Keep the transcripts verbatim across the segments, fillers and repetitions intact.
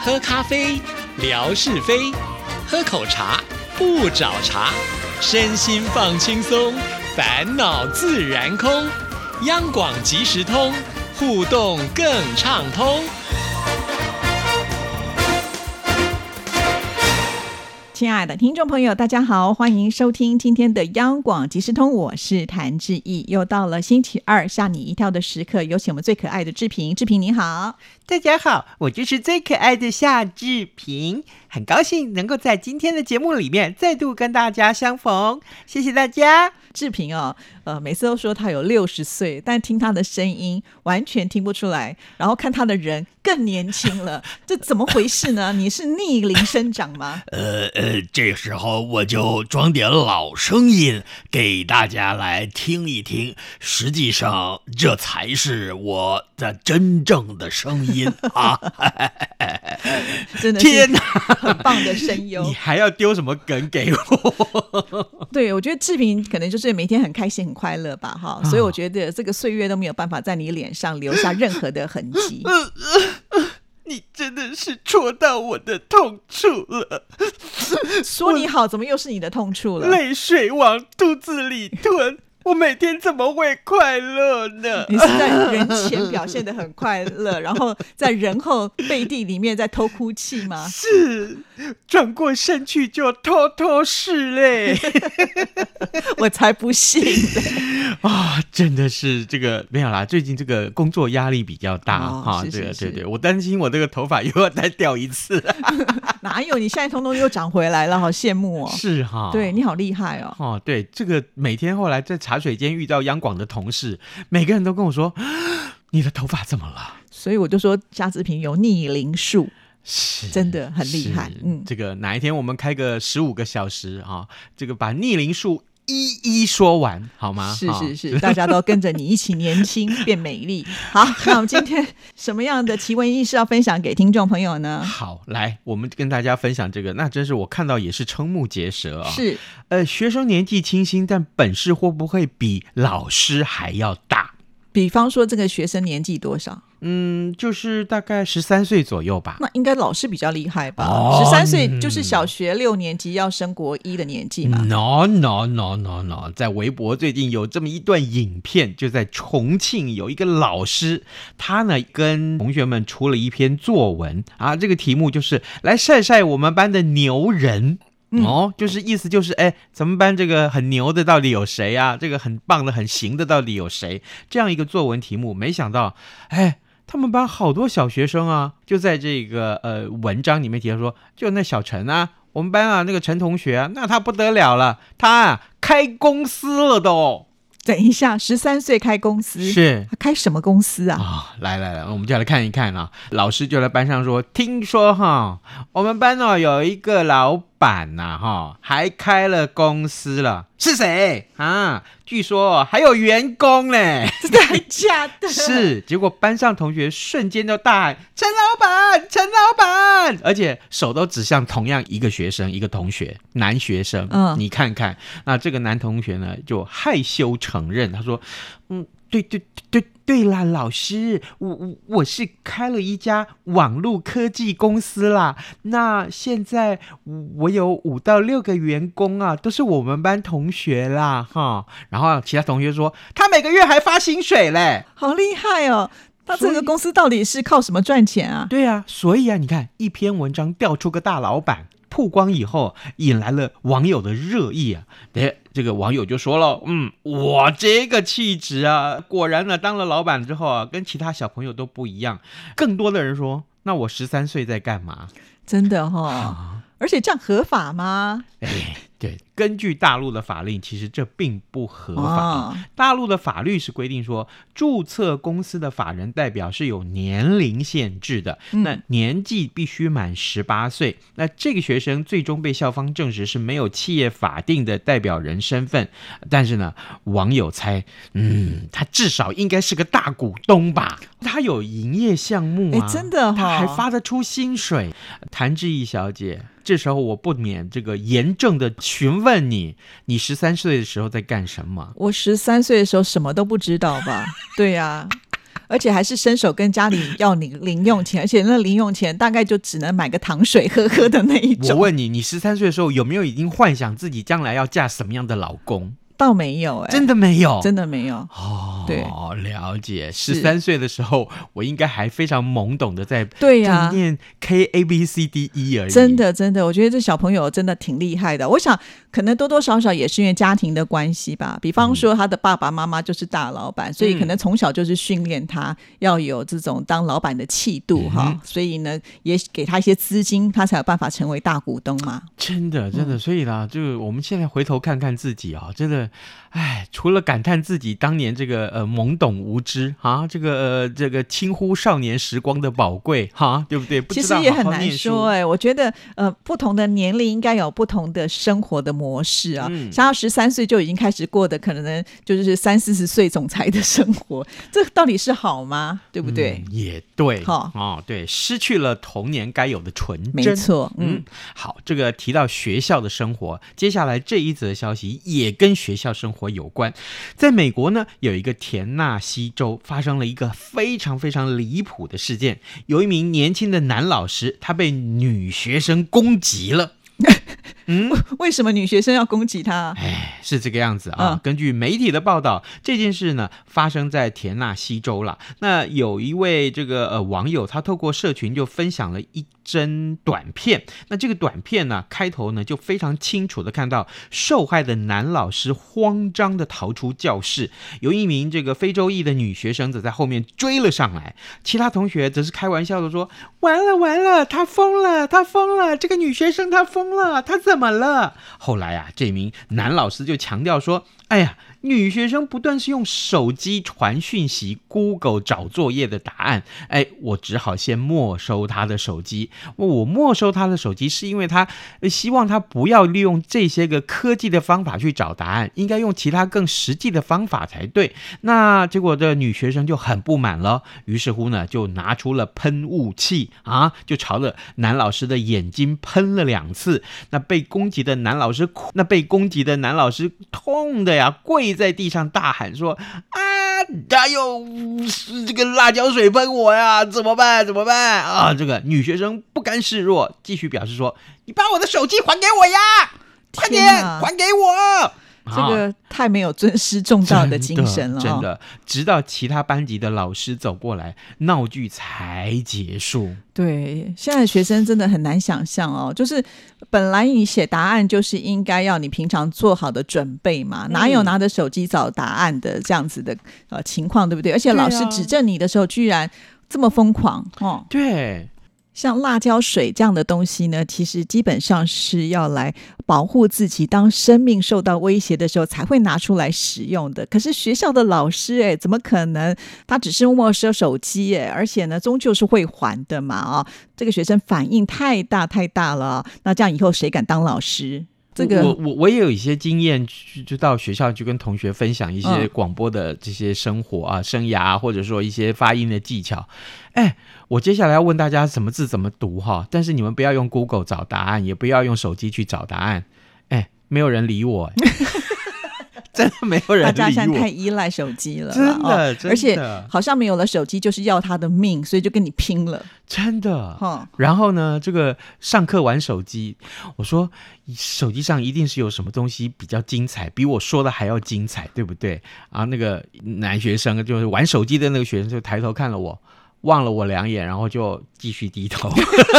喝咖啡，聊是非；喝口茶，不找茬。身心放轻松，烦恼自然空。央广即时通，互动更畅通。 亲爱的听众朋友，大家好，欢迎收听今天的央广即时通，我是谭志毅。又到了星期二吓你一跳的时刻，有请我们最可爱的志平。志平你好。 大家好，我就是最可爱的夏志平，很高兴能够在今天的节目里面再度跟大家相逢，谢谢大家。 志平哦，呃，每次都说他有六十岁，但听他的声音完全听不出来，然后看他的人更年轻了，这怎么回事呢？你是逆龄生长吗？ 呃呃，这时候我就装点老声音给大家来听一听，实际上这才是我的真正的声音啊！ 真的是天哪， 很棒的声优。 你还要丢什么梗给我？ 对，我觉得志平可能就是每天很开心很快乐吧，哈，所以我觉得这个岁月都没有办法在你脸上留下任何的痕迹。 你真的是戳到我的痛处了。 说你好，怎么又是你的痛处了？ 泪水往肚子里吞。我每天怎么会快乐呢？ 你是在人前表现得很快乐，然后在人后背地里面在偷哭泣吗？ 是，转过身去就偷偷拭泪。 我才不信呢！ 啊、哦，真的是这个没有啦，最近这个工作压力比较大哈、 哦，这个对对，我担心我这个头发又要再掉一次。 哪有？你现在通通又长回来了，好羡慕哦！ 是哈、哦， 对你好厉害哦！ 哦，对，这个每天后来在茶水间遇到央广的同事，每个人都跟我说：“你的头发怎么了？” 所以我就说夏志平有逆龄术， 是真的很厉害。嗯， 这个哪一天我们开个十五个小时啊、哦，这个把逆龄术一一说完好吗？ 是是是，大家都跟着你一起年轻变美丽。好，那我们今天什么样的奇闻异事要分享给听众朋友呢？ 好，来，我们跟大家分享这个，那真是我看到也是瞠目结舌啊、哦。 是， 呃，学生年纪轻轻，但本事会不会比老师还要大？ 比方说，这个学生年纪多少？ 嗯，就是大概十三岁左右吧。 那应该老师比较厉害吧？ 十三、哦、岁就是小学六年级要升国一的年纪嘛。 No no no no no， 在微博最近有这么一段影片，就在重庆有一个老师，他呢跟同学们出了一篇作文啊，这个题目就是来晒晒我们班的牛人。哦，就是意思就是，哎，咱们班这个很牛的到底有谁啊？这个很棒的、很行的到底有谁？这样一个作文题目，没想到，哎，他们班好多小学生啊，就在这个呃文章里面提到说，就那小陈啊，我们班啊那个陈同学啊，那他不得了了，他啊开公司了都。 等一下，十三岁开公司， 是他开什么公司啊？ 哦、来来来，我们就来看一看啊。老师就在班上说，听说哈，我们班哦有一个老板呐、啊、哈，还开了公司了，是谁啊？据说还有员工嘞， 真的假的？ 是，结果班上同学瞬间就大喊陈老板，陈老板，而且手都指向同样一个学生，一个同学，男学生。嗯，你看看，那这个男同学呢，就害羞承认，他说，嗯。对对对对啦，老师，我我我是开了一家网络科技公司啦。那现在我有五到六个员工啊，都是我们班同学啦，哈。然后其他同学说，他每个月还发薪水嘞， 好厉害哦！他这个公司到底是靠什么赚钱啊？ 对啊，所以啊，你看一篇文章调出个大老板。曝光以后引来了网友的热议啊，哎，这个网友就说了，嗯，我这个气质啊，果然呢，当了老板之后啊，跟其他小朋友都不一样。更多的人说，那我十三岁在干嘛？ 真的哈、哦啊，而且这样合法吗？ 哎，对，根据大陆的法令，其实这并不合法。 哦、 大陆的法律是规定说，注册公司的法人代表是有年龄限制的，嗯、那年纪必须满十八岁。那这个学生最终被校方证实是没有企业法定的代表人身份，但是呢，网友猜，嗯，他至少应该是个大股东吧？他有营业项目啊， 真的、哦， 他还发得出薪水。谭志毅小姐。这时候我不免这个严正的询问你，你十三岁的时候在干什么？ 我十三岁的时候什么都不知道吧？对呀、啊， 而且还是伸手跟家里要你零用钱，而且那零用钱大概就只能买个糖水喝喝的那一种。 我问你，你十三岁的时候有没有已经幻想自己将来要嫁什么样的老公？ 倒没有哎、欸， 真的没有， 真的没有哦。 对， 了解。十三岁的时候，我应该还非常懵懂的在对呀、啊、 念 K A B C D E 而已。 真的真的，我觉得这小朋友真的挺厉害的。我想可能多多少少也是因为家庭的关系吧。比方说他的爸爸妈妈就是大老板，嗯、所以可能从小就是训练他要有这种当老板的气度哈、嗯。所以呢，也给他一些资金，他才有办法成为大股东嘛。 真的真的，所以啦，就我们现在回头看看自己啊，真的。哎，除了感叹自己当年这个呃懵懂无知啊，这个呃这个轻忽少年时光的宝贵哈，对不对？不知道好好念书， 其实也很难说哎、欸。我觉得呃不同的年龄应该有不同的生活的模式啊。嗯、像他十三岁就已经开始过的可能就是三四十岁总裁的生活，这到底是好吗？对不对？ 嗯、也对，好哦，对，失去了童年该有的纯真， 没错。嗯， 嗯好，这个提到学校的生活，接下来这一则消息也跟学校生活有关。在美国呢，有一个田纳西州发生了一个非常非常离谱的事件，有一名年轻的男老师，他被女学生攻击了。 嗯，为什么女学生要攻击他？ 哎，是这个样子啊。嗯、根据媒体的报道，这件事呢发生在田纳西州了。那有一位这个呃网友，他透过社群就分享了一帧短片。那这个短片呢，开头呢就非常清楚的看到受害的男老师慌张的逃出教室，有一名这个非洲裔的女学生则在后面追了上来。其他同学则是开玩笑的说：“完了完了，她疯了，她疯了，这个女学生她疯了，她怎么了？”后来啊，这名男老师就强调说：“哎呀，女学生不断是用手机传讯息 Google 找作业的答案，哎，我只好先没收她的手机。我没收她的手机是因为她希望她不要利用这些个科技的方法去找答案，应该用其他更实际的方法才对。那结果这女学生就很不满了，于是乎呢，就拿出了喷雾器啊，就朝着男老师的眼睛喷了两次。那被攻击的男老师，那被攻击的男老师痛的呀，跪在地上大喊说：“啊，他用这个辣椒水喷我呀，怎么办？怎么办啊？”这个女学生不甘示弱，继续表示说：“你把我的手机还给我呀，快点还给我。” 这个太没有尊师重道的精神了、哦、 真的, 真的直到其他班级的老师走过来，闹剧才结束。 对，现在的学生真的很难想象哦，就是本来你写答案就是应该要你平常做好的准备嘛，嗯、哪有拿着手机找答案的这样子的呃情况，对不对？而且老师指正你的时候居然这么疯狂哦。 对， 像辣椒水这样的东西呢，其实基本上是要来保护自己，当生命受到威胁的时候才会拿出来使用的。可是学校的老师哎，怎么可能？他只是没收手机哎，而且呢，终究是会还的嘛啊、哦！这个学生反应太大太大了，那这样以后谁敢当老师？这个我我我也有一些经验，就到学校去跟同学分享一些广播的这些生活啊、嗯、生涯啊，或者说一些发音的技巧。哎，我接下来要问大家什么字怎么读哈，但是你们不要用 Google 找答案，也不要用手机去找答案。哎，没有人理我。真的没有人理我， 大家现在太依赖手机了， 真的、哦、真的， 而且好像没有了手机就是要他的命，所以就跟你拼了， 真的、哦、然后呢，这个上课玩手机，我说手机上一定是有什么东西比较精彩，比我说的还要精彩，对不对啊？那个男学生就是玩手机的那个学生就抬头看了我，望了我两眼，然后就继续低头。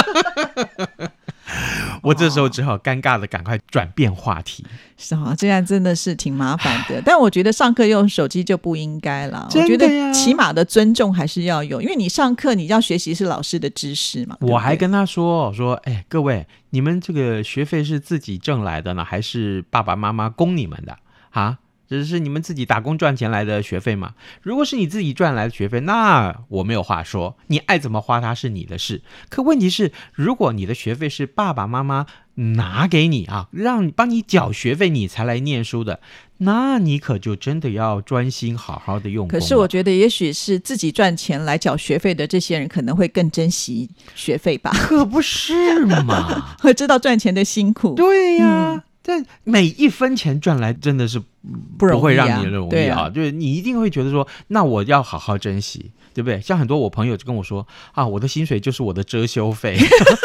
我这时候只好尴尬的赶快转变话题。 是啊，这样真的是挺麻烦的。但我觉得上课用手机就不应该了。我觉得起码的尊重还是要有，因为你上课你要学习是老师的知识嘛。 我还跟他说说，哎，各位，你们这个学费是自己挣来的呢，还是爸爸妈妈供你们的啊？这是你们自己打工赚钱来的学费吗？如果是你自己赚来的学费，那我没有话说，你爱怎么花它是你的事。可问题是，如果你的学费是爸爸妈妈拿给你啊，让你帮你缴学费你才来念书的，那你可就真的要专心好好的用功了。 可是我觉得也许是自己赚钱来缴学费的这些人可能会更珍惜学费吧。 可不是嘛。 会知道赚钱的辛苦。 对呀、啊嗯这每一分钱赚来真的是不容易啊， 不会让你容易对啊， 啊，就是你一定会觉得说，那我要好好珍惜，对不对？像很多我朋友就跟我说啊，我的薪水就是我的遮羞费。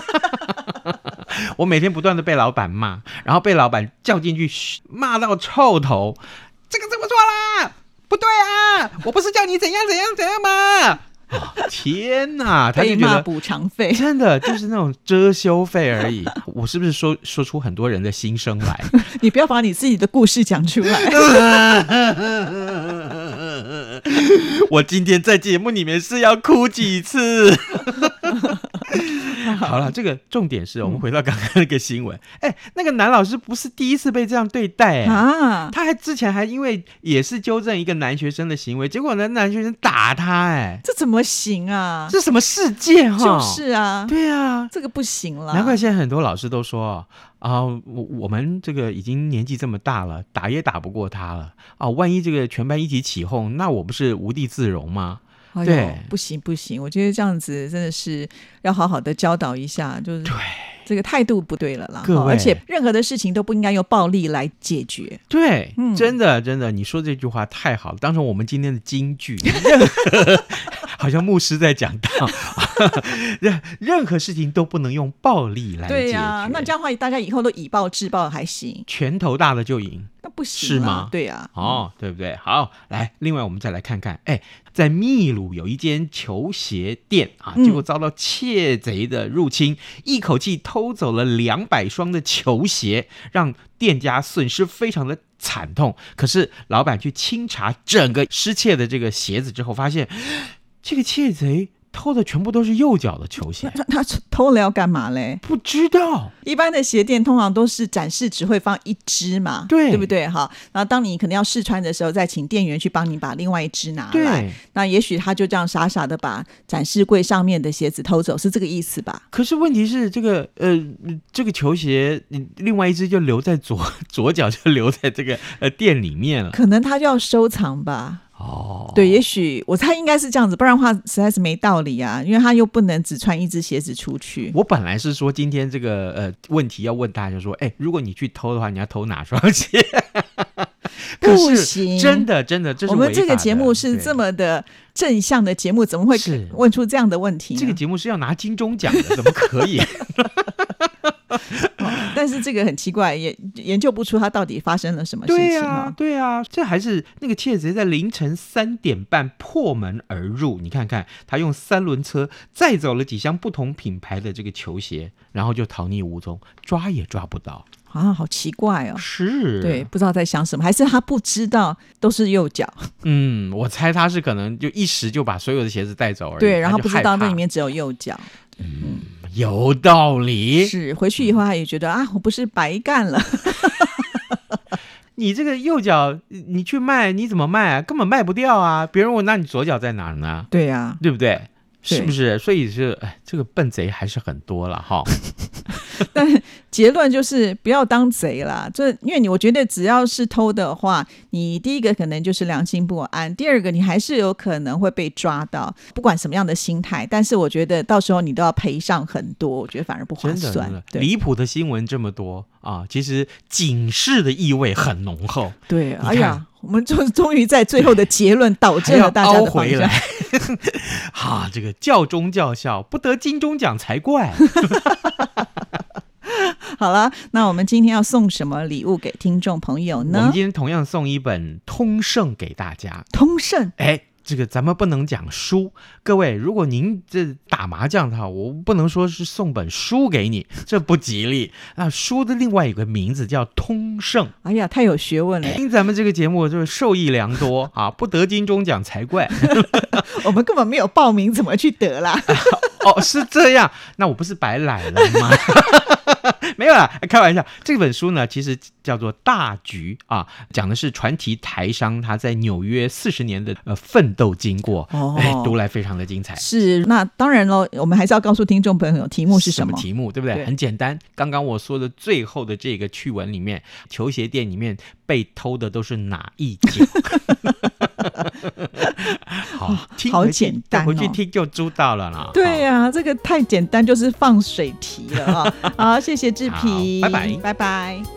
我每天不断的被老板骂，然后被老板叫进去骂到臭头，这个怎么做啦？不对啊，我不是叫你怎样怎样怎样吗？哦、天哪，他就被觉得骂补偿费， 真的就是那种遮羞费而已。我是不是说说出很多人的心声来？ 你不要把你自己的故事讲出来。 我今天在节目里面是要哭几次？好了，这个重点是我们回到刚刚那个新闻。哎、嗯，那个男老师不是第一次被这样对待、欸、啊，他还之前还因为也是纠正一个男学生的行为，结果呢男学生打他、欸，哎， 这怎么行啊？ 这什么世界哈？ 就是啊， 对啊， 这个不行了。 难怪现在很多老师都说啊，我我们这个已经年纪这么大了，打也打不过他了啊，万一这个全班一起起哄，那我不是无地自容吗？ 哎、对，不行不行，我觉得这样子真的是要好好的教导一下，就是对这个态度不对了啦。 各位， 而且任何的事情都不应该用暴力来解决。 对，嗯、真的真的，你说这句话太好了，当成我们今天的金句。任何好像牧师在讲道，任何事情都不能用暴力来解决。 对呀、啊，那这样的话，大家以后都以暴制暴还行， 拳头大的就赢。 那不行是吗？ 对呀、 啊，哦，对不对？好，来，另外我们再来看看，哎，在秘鲁有一间球鞋店啊，结果遭到窃贼的入侵，嗯、一口气偷走了两百双的球鞋，让店家损失非常的惨痛。可是老板去清查整个失窃的这个鞋子之后，发现这个窃贼偷的全部都是右脚的球鞋。 他他偷了要干嘛嘞？ 不知道。 一般的鞋店通常都是展示只会放一只嘛， 对对不对？哈，然后当你可能要试穿的时候，再请店员去帮你把另外一只拿来。那也许他就这样傻傻的把展示柜上面的鞋子偷走，是这个意思吧？ 可是问题是，这个呃，这个球鞋，另外一只就留在左左脚，就留在这个呃店里面了。 可能他就要收藏吧。 哦， 对，也许我猜应该是这样子，不然的话实在是没道理啊，因为他又不能只穿一只鞋子出去。 我本来是说今天这个呃问题要问大家，就说，哎，如果你去偷的话，你要偷哪双鞋？ 不行， 真的真的，这是我们这个节目是这么的正向的节目，怎么会问出这样的问题呢？ 这个节目是要拿金钟奖的，怎么可以？ 哦、但是这个很奇怪，也研究不出他到底发生了什么事情。 对啊，对啊，这还是那个窃贼在凌晨三点半破门而入。你看看，他用三轮车载走了几箱不同品牌的这个球鞋，然后就逃匿无踪，抓也抓不到。 啊，好奇怪哦！ 是， 对，不知道在想什么，还是他不知道都是右脚？ 嗯，我猜他是可能就一时就把所有的鞋子带走而已。 对，然后不知道那里面只有右脚。 嗯，有道理。 是，回去以后他也觉得啊，我不是白干了。 你这个右脚你去卖，你怎么卖啊？根本卖不掉啊！别人问那你左脚在哪呢？ 对呀、啊， 对不对？是不是？所以是哎，这个笨贼还是很多了哈。 但结论就是不要当贼啦，这因为你我觉得只要是偷的话，你第一个可能就是良心不安，第二个你还是有可能会被抓到，不管什么样的心态，但是我觉得到时候你都要赔上很多，我觉得反而不划算。 离谱的新闻这么多啊，其实警示的意味很浓厚。 对，哎呀，我们就终于在最后的结论导正了大家的方向。 哈，这个教中教校不得金钟奖才怪。 好了，那我们今天要送什么礼物给听众朋友呢？ 我们今天同样送一本通胜给大家。 通胜， 哎，这个咱们不能讲书，各位，如果您这打麻将的话，我不能说是送本书给你，这不吉利啊。书的另外有个名字叫通胜。 哎呀，太有学问了！ 听咱们这个节目就是受益良多啊，不得金钟奖才怪。 我们根本没有报名，怎么去得啦？ 哦，是这样，那我不是白来了吗？没有啦，开玩笑。这本书呢，其实叫做《大局》啊，讲的是传奇台商他在纽约四十年的呃奋斗经过。哦，哎，读来非常的精彩。 是，那当然喽，我们还是要告诉听众朋友，题目是什么？ 什么题目，对不对？对，很简单。刚刚我说的最后的这个趣闻里面，球鞋店里面被偷的都是哪一脚？好，听好简单、哦， 回去听就知道了啦。 对呀、啊，这个太简单，就是放水题了啊！好，谢谢志平， 拜拜， 拜拜。